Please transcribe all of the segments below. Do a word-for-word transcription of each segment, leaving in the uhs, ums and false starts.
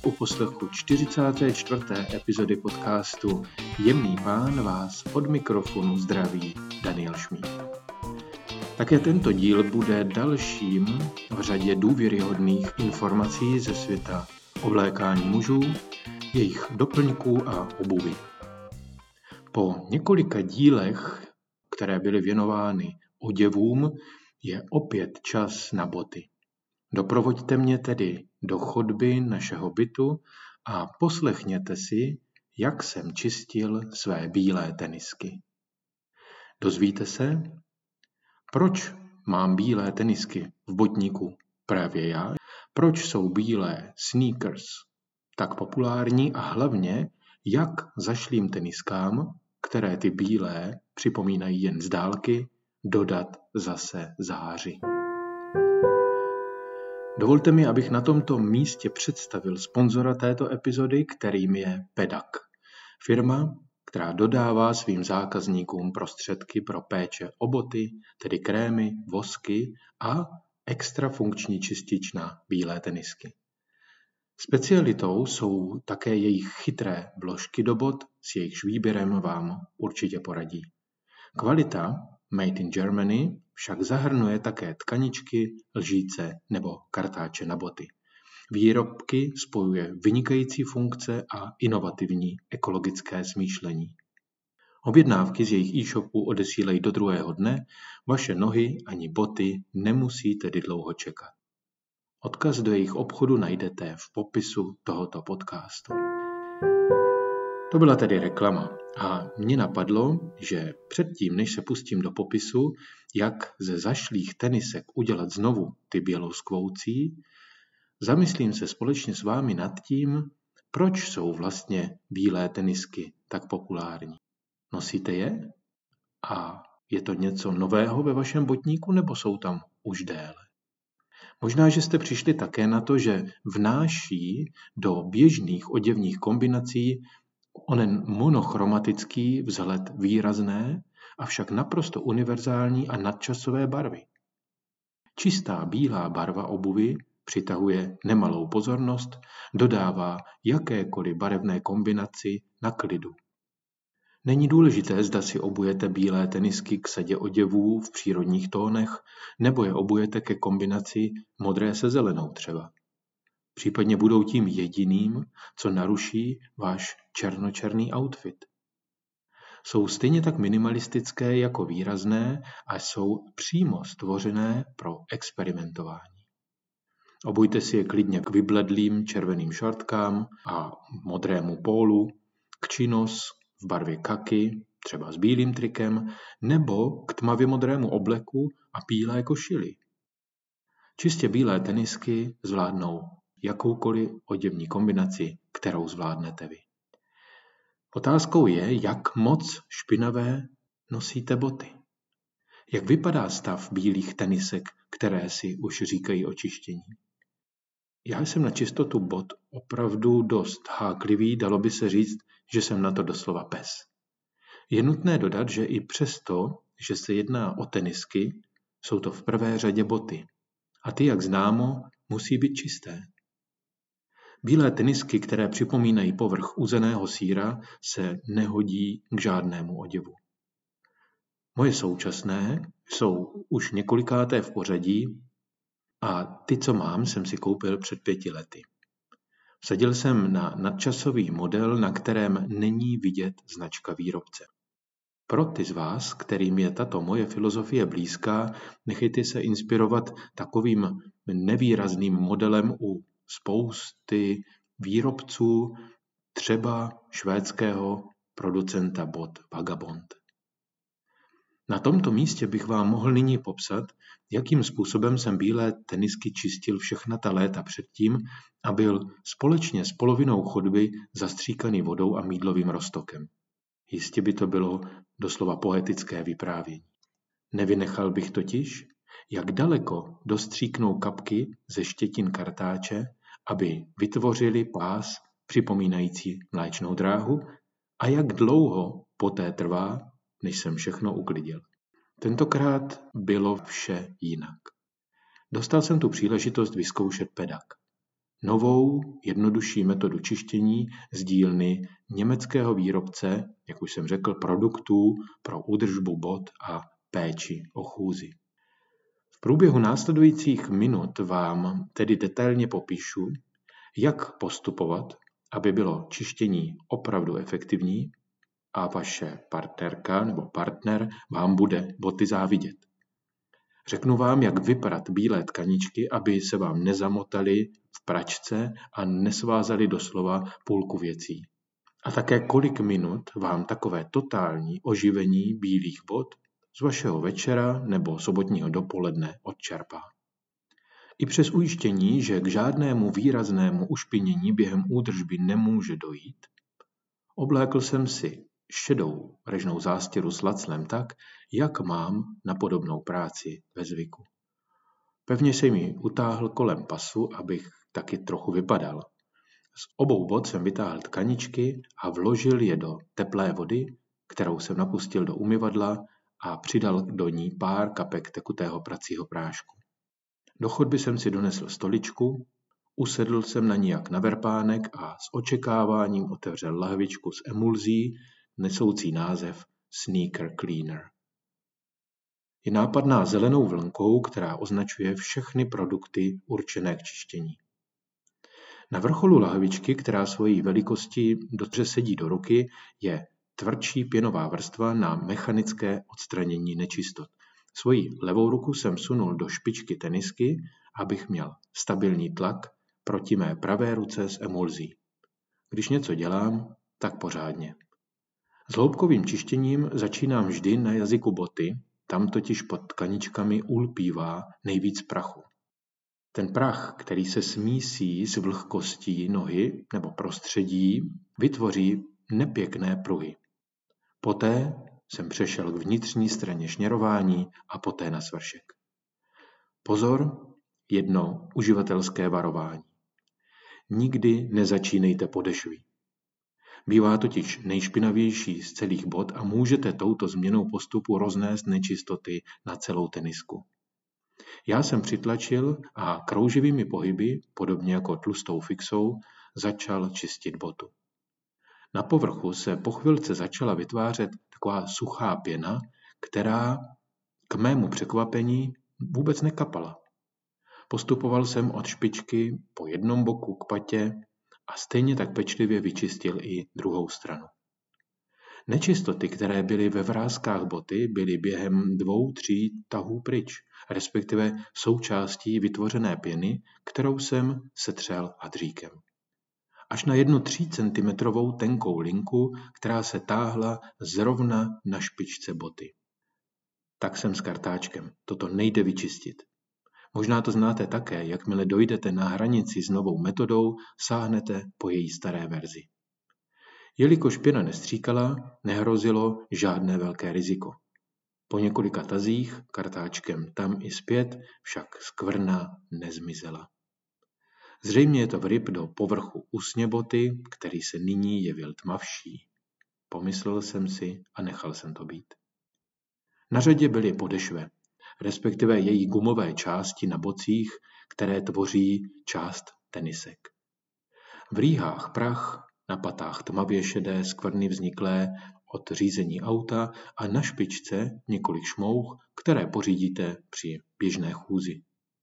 u poslechu čtyřicáté čtvrté epizody podcastu Jemný pán vás od mikrofonu zdraví Daniel Šmíd. Také tento díl bude dalším v řadě důvěryhodných informací ze světa oblékání mužů, jejich doplňků a obuvi. Po několika dílech, které byly věnovány oděvům, je opět čas na boty. Doprovoďte mě tedy do chodby našeho bytu a poslechněte si, jak jsem čistil své bílé tenisky. Dozvíte se, proč mám bílé tenisky v botníku právě já, proč jsou bílé sneakers tak populární a hlavně, jak zašlým teniskám, které ty bílé připomínají jen z dálky, dodat zase záři. Dovolte mi, abych na tomto místě představil sponzora této epizody, kterým je Pedak. Firma, která dodává svým zákazníkům prostředky pro péče o boty, tedy krémy, vosky a extra funkční čistič na bílé tenisky. Specialitou jsou také jejich chytré vložky do bot, s jejichž výběrem vám určitě poradí. Kvalita Made in Germany však zahrnuje také tkaničky, lžíce nebo kartáče na boty. Výrobky spojuje vynikající funkce a inovativní ekologické smýšlení. Objednávky z jejich e-shopu odesílají do druhého dne, vaše nohy ani boty nemusí tedy dlouho čekat. Odkaz do jejich obchodu najdete v popisu tohoto podcastu. To byla tedy reklama a mě napadlo, že předtím, než se pustím do popisu, jak ze zašlých tenisek udělat znovu ty bělouskvoucí, zamyslím se společně s vámi nad tím, proč jsou vlastně bílé tenisky tak populární. Nosíte je? A je to něco nového ve vašem botníku, nebo jsou tam už déle? Možná, že jste přišli také na to, že vnáší do běžných oděvních kombinací onen monochromatický vzhled výrazné, avšak naprosto univerzální a nadčasové barvy. Čistá bílá barva obuvi přitahuje nemalou pozornost, dodává jakékoliv barevné kombinaci na klidu. Není důležité, zda si obujete bílé tenisky k sadě oděvů v přírodních tónech, nebo je obujete ke kombinaci modré se zelenou třeba. Případně budou tím jediným, co naruší váš černočerný outfit. Jsou stejně tak minimalistické jako výrazné a jsou přímo stvořené pro experimentování. Obujte si je klidně k vybledlým červeným šortkám a modrému pólu, k chinos v barvě kaky, třeba s bílým trikem, nebo k tmavě modrému obleku a bílé košili. Čistě bílé tenisky zvládnou jakoukoliv oděvní kombinaci, kterou zvládnete vy. Otázkou je, jak moc špinavé nosíte boty. Jak vypadá stav bílých tenisek, které si už říkají o čištění? Já jsem na čistotu bot opravdu dost háklivý, dalo by se říct, že jsem na to doslova pes. Je nutné dodat, že i přesto, že se jedná o tenisky, jsou to v prvé řadě boty. A ty, jak známo, musí být čisté. Bílé tenisky, které připomínají povrch uzeného sýra, se nehodí k žádnému oděvu. Moje současné jsou už několikáté v pořadí a ty, co mám, jsem si koupil před pěti lety. Vsadil jsem na nadčasový model, na kterém není vidět značka výrobce. Pro ty z vás, kterým je tato moje filozofie blízká, nechejte se inspirovat takovým nevýrazným modelem u spousty výrobců, třeba švédského producenta bot Vagabond. Na tomto místě bych vám mohl nyní popsat, jakým způsobem jsem bílé tenisky čistil všechna ta léta předtím a byl společně s polovinou chodby zastříkaný vodou a mýdlovým roztokem. Jistě by to bylo doslova poetické vyprávění. Nevynechal bych totiž, jak daleko dostříknou kapky ze štětin kartáče, aby vytvořili pás připomínající mléčnou dráhu a jak dlouho poté trvá, než jsem všechno uklidil. Tentokrát bylo vše jinak. Dostal jsem tu příležitost vyzkoušet Pedak. novou, jednodušší metodu čištění z dílny německého výrobce, jak už jsem řekl, produktů pro údržbu bot a péči o chůzi. V průběhu následujících minut vám tedy detailně popíšu, jak postupovat, aby bylo čištění opravdu efektivní a vaše partnerka nebo partner vám bude boty závidět. Řeknu vám, jak vyprat bílé tkaničky, aby se vám nezamotaly v pračce a nesvázaly doslova půlku věcí. A také kolik minut vám takové totální oživení bílých bot z vašeho večera nebo sobotního dopoledne odčerpá. I přes ujištění, že k žádnému výraznému ušpinění během údržby nemůže dojít, oblékl jsem si šedou režnou zástěru s laclem tak, jak mám na podobnou práci ve zvyku. Pevně jsem ji utáhl kolem pasu, abych taky trochu vypadal. Z obou bot jsem vytáhl tkaničky a vložil je do teplé vody, kterou jsem napustil do umyvadla a přidal do ní pár kapek tekutého pracího prášku. Do chodby jsem si donesl stoličku, usedl jsem na ní jak na verpánek a s očekáváním otevřel lahvičku s emulzí, nesoucí název Sneaker Cleaner. Je nápadná zelenou vlnkou, která označuje všechny produkty určené k čištění. Na vrcholu lahvičky, která svojí velikostí dobře sedí do ruky, je tvrdší pěnová vrstva na mechanické odstranění nečistot. Svoji levou ruku jsem sunul do špičky tenisky, abych měl stabilní tlak proti mé pravé ruce s emulzí. Když něco dělám, tak pořádně. S hloubkovým čištěním začínám vždy na jazyku boty, tam totiž pod tkaničkami ulpívá nejvíc prachu. Ten prach, který se smísí s vlhkostí nohy nebo prostředí, vytvoří nepěkné pruhy. Poté jsem přešel k vnitřní straně šněrování a poté na svršek. Pozor, jedno uživatelské varování. Nikdy nezačínejte podešvy. Bývá totiž nejšpinavější z celých bot a můžete touto změnou postupu roznést nečistoty na celou tenisku. Já jsem přitlačil a krouživými pohyby, podobně jako tlustou fixou, začal čistit botu. Na povrchu se po chvilce začala vytvářet taková suchá pěna, která k mému překvapení vůbec nekapala. Postupoval jsem od špičky po jednom boku k patě a stejně tak pečlivě vyčistil i druhou stranu. Nečistoty, které byly ve vrázkách boty, byly během dvou, tří tahů pryč, respektive součástí vytvořené pěny, kterou jsem setřel hadříkem. Až na jednu třícentimetrovou tenkou linku, která se táhla zrovna na špičce boty. Tak jsem s kartáčkem. Toto nejde vyčistit. Možná to znáte také, jakmile dojdete na hranici s novou metodou, sáhnete po její staré verzi. Jelikož pěna nestříkala, nehrozilo žádné velké riziko. Po několika tazích, kartáčkem tam i zpět, však skvrna nezmizela. Zřejmě je to vryb do povrchu usně boty, který se nyní jevil tmavší. Pomyslel jsem si a nechal jsem to být. Na řadě byly podešve, respektive její gumové části na bocích, které tvoří část tenisek. V rýhách prach, na patách tmavě šedé skvrny vzniklé od řízení auta a na špičce několik šmouch, které pořídíte při běžné chůzi.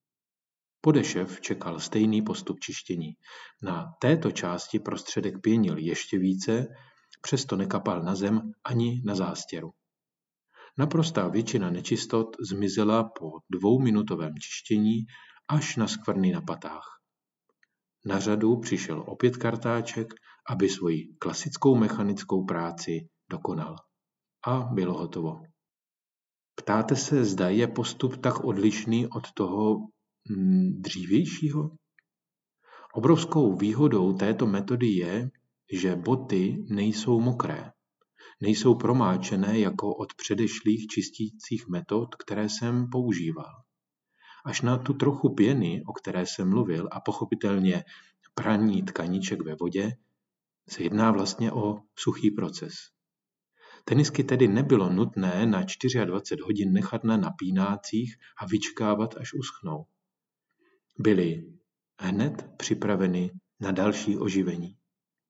Podešev čekal stejný postup čištění. Na této části prostředek pěnil ještě více, přesto nekapal na zem ani na zástěru. Naprostá většina nečistot zmizela po dvouminutovém čištění až na skvrny na patách. Na řadu přišel opět kartáček, aby svoji klasickou mechanickou práci dokonal. A bylo hotovo. Ptáte se, zda je postup tak odlišný od toho mm, dřívějšího? Obrovskou výhodou této metody je, že boty nejsou mokré. Nejsou promáčené jako od předešlých čistících metod, které jsem používal. Až na tu trochu pěny, o které jsem mluvil, a pochopitelně praní tkaníček ve vodě, se jedná vlastně o suchý proces. Tenisky tedy nebylo nutné na dvacet čtyři hodin nechat na napínácích a vyčkávat, až uschnou. Byly hned připraveny na další oživení.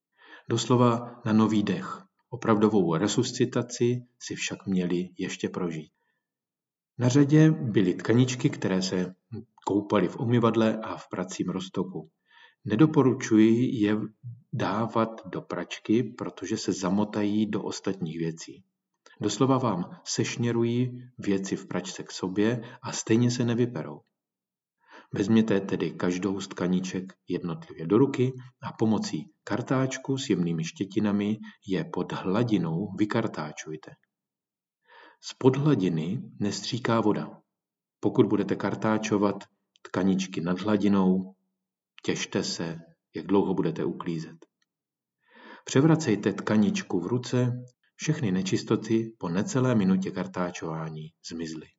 Doslova na nový dech. Opravdovou resuscitaci si však měli ještě prožít. Na řadě byly tkaničky, které se koupaly v umyvadle a v pracím roztoku. Nedoporučuji je dávat do pračky, protože se zamotají do ostatních věcí. Doslova vám sešněrují věci v pračce k sobě a stejně se nevyperou. Vezměte tedy každou z tkaniček jednotlivě do ruky a pomocí kartáčku s jemnými štětinami je pod hladinou vykartáčujte. Spod hladiny nestříká voda. Pokud budete kartáčovat tkaničky nad hladinou, těšte se, jak dlouho budete uklízet. Převracejte tkaničku v ruce, všechny nečistoty po necelé minutě kartáčování zmizly.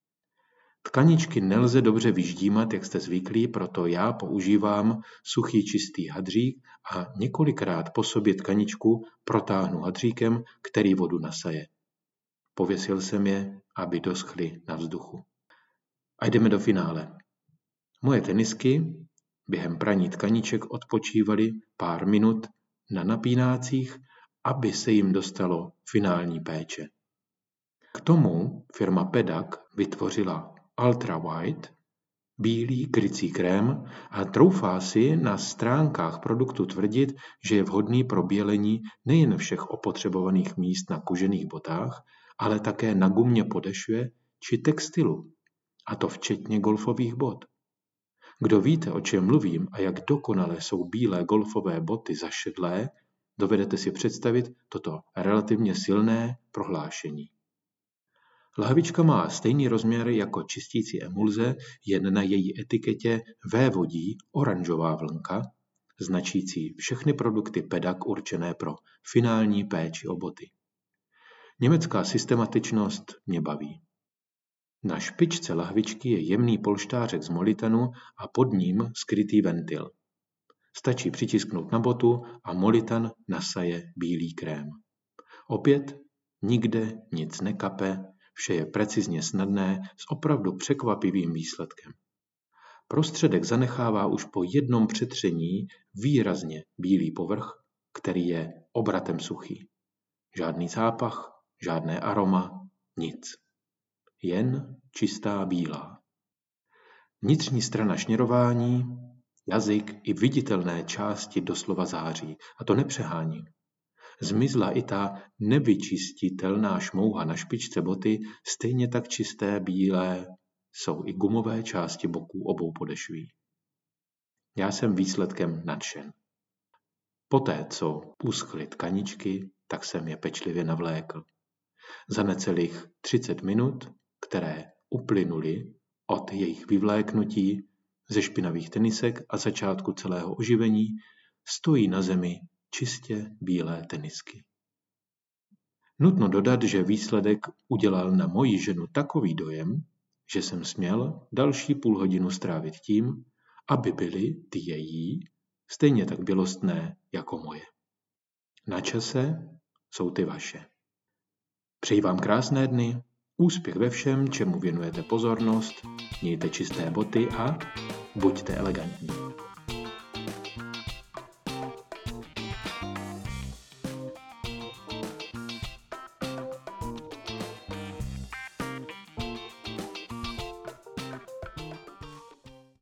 Tkaničky nelze dobře vyždímat, jak jste zvyklí, proto já používám suchý čistý hadřík a několikrát po sobě tkaničku protáhnu hadříkem, který vodu nasaje. Pověsil jsem je, aby doschly na vzduchu. A jdeme do finále. Moje tenisky během praní tkaniček odpočívaly pár minut na napínácích, aby se jim dostalo finální péče. K tomu firma Pedak vytvořila Ultra White, bílý krycí krém a troufá si na stránkách produktu tvrdit, že je vhodný pro bělení nejen všech opotřebovaných míst na kožených botách, ale také na gumě podešvě či textilu, a to včetně golfových bot. Kdo víte, o čem mluvím a jak dokonale jsou bílé golfové boty zašedlé, dovedete si představit toto relativně silné prohlášení. Lahvička má stejný rozměr jako čistící emulze, jen na její etiketě vévodí oranžová vlnka, značící všechny produkty Pedak určené pro finální péči o boty. Německá systematičnost mě baví. Na špičce lahvičky je jemný polštářek z molitanu a pod ním skrytý ventil. Stačí přitisknout na botu a molitan nasaje bílý krém. Opět nikde nic nekape, vše je precizně snadné s opravdu překvapivým výsledkem. Prostředek zanechává už po jednom přetření výrazně bílý povrch, který je obratem suchý. Žádný zápach, žádné aroma, nic. Jen čistá bílá. Vnitřní strana šněrování, jazyk i viditelné části doslova září, a to nepřeháním. Zmizla i ta nevyčistitelná šmouha na špičce boty, stejně tak čisté bílé jsou i gumové části boků obou podešví. Já jsem výsledkem nadšen. Poté, co uschly tkaničky, tak jsem je pečlivě navlékl. Za necelých třicet minut, které uplynuly od jejich vyvléknutí ze špinavých tenisek a začátku celého oživení, stojí na zemi čistě bílé tenisky. Nutno dodat, že výsledek udělal na moji ženu takový dojem, že jsem směl další půl hodinu strávit tím, aby byly ty její stejně tak bělostné jako moje. Na čase jsou ty vaše. Přeji vám krásné dny, úspěch ve všem, čemu věnujete pozornost, mějte čisté boty a buďte elegantní.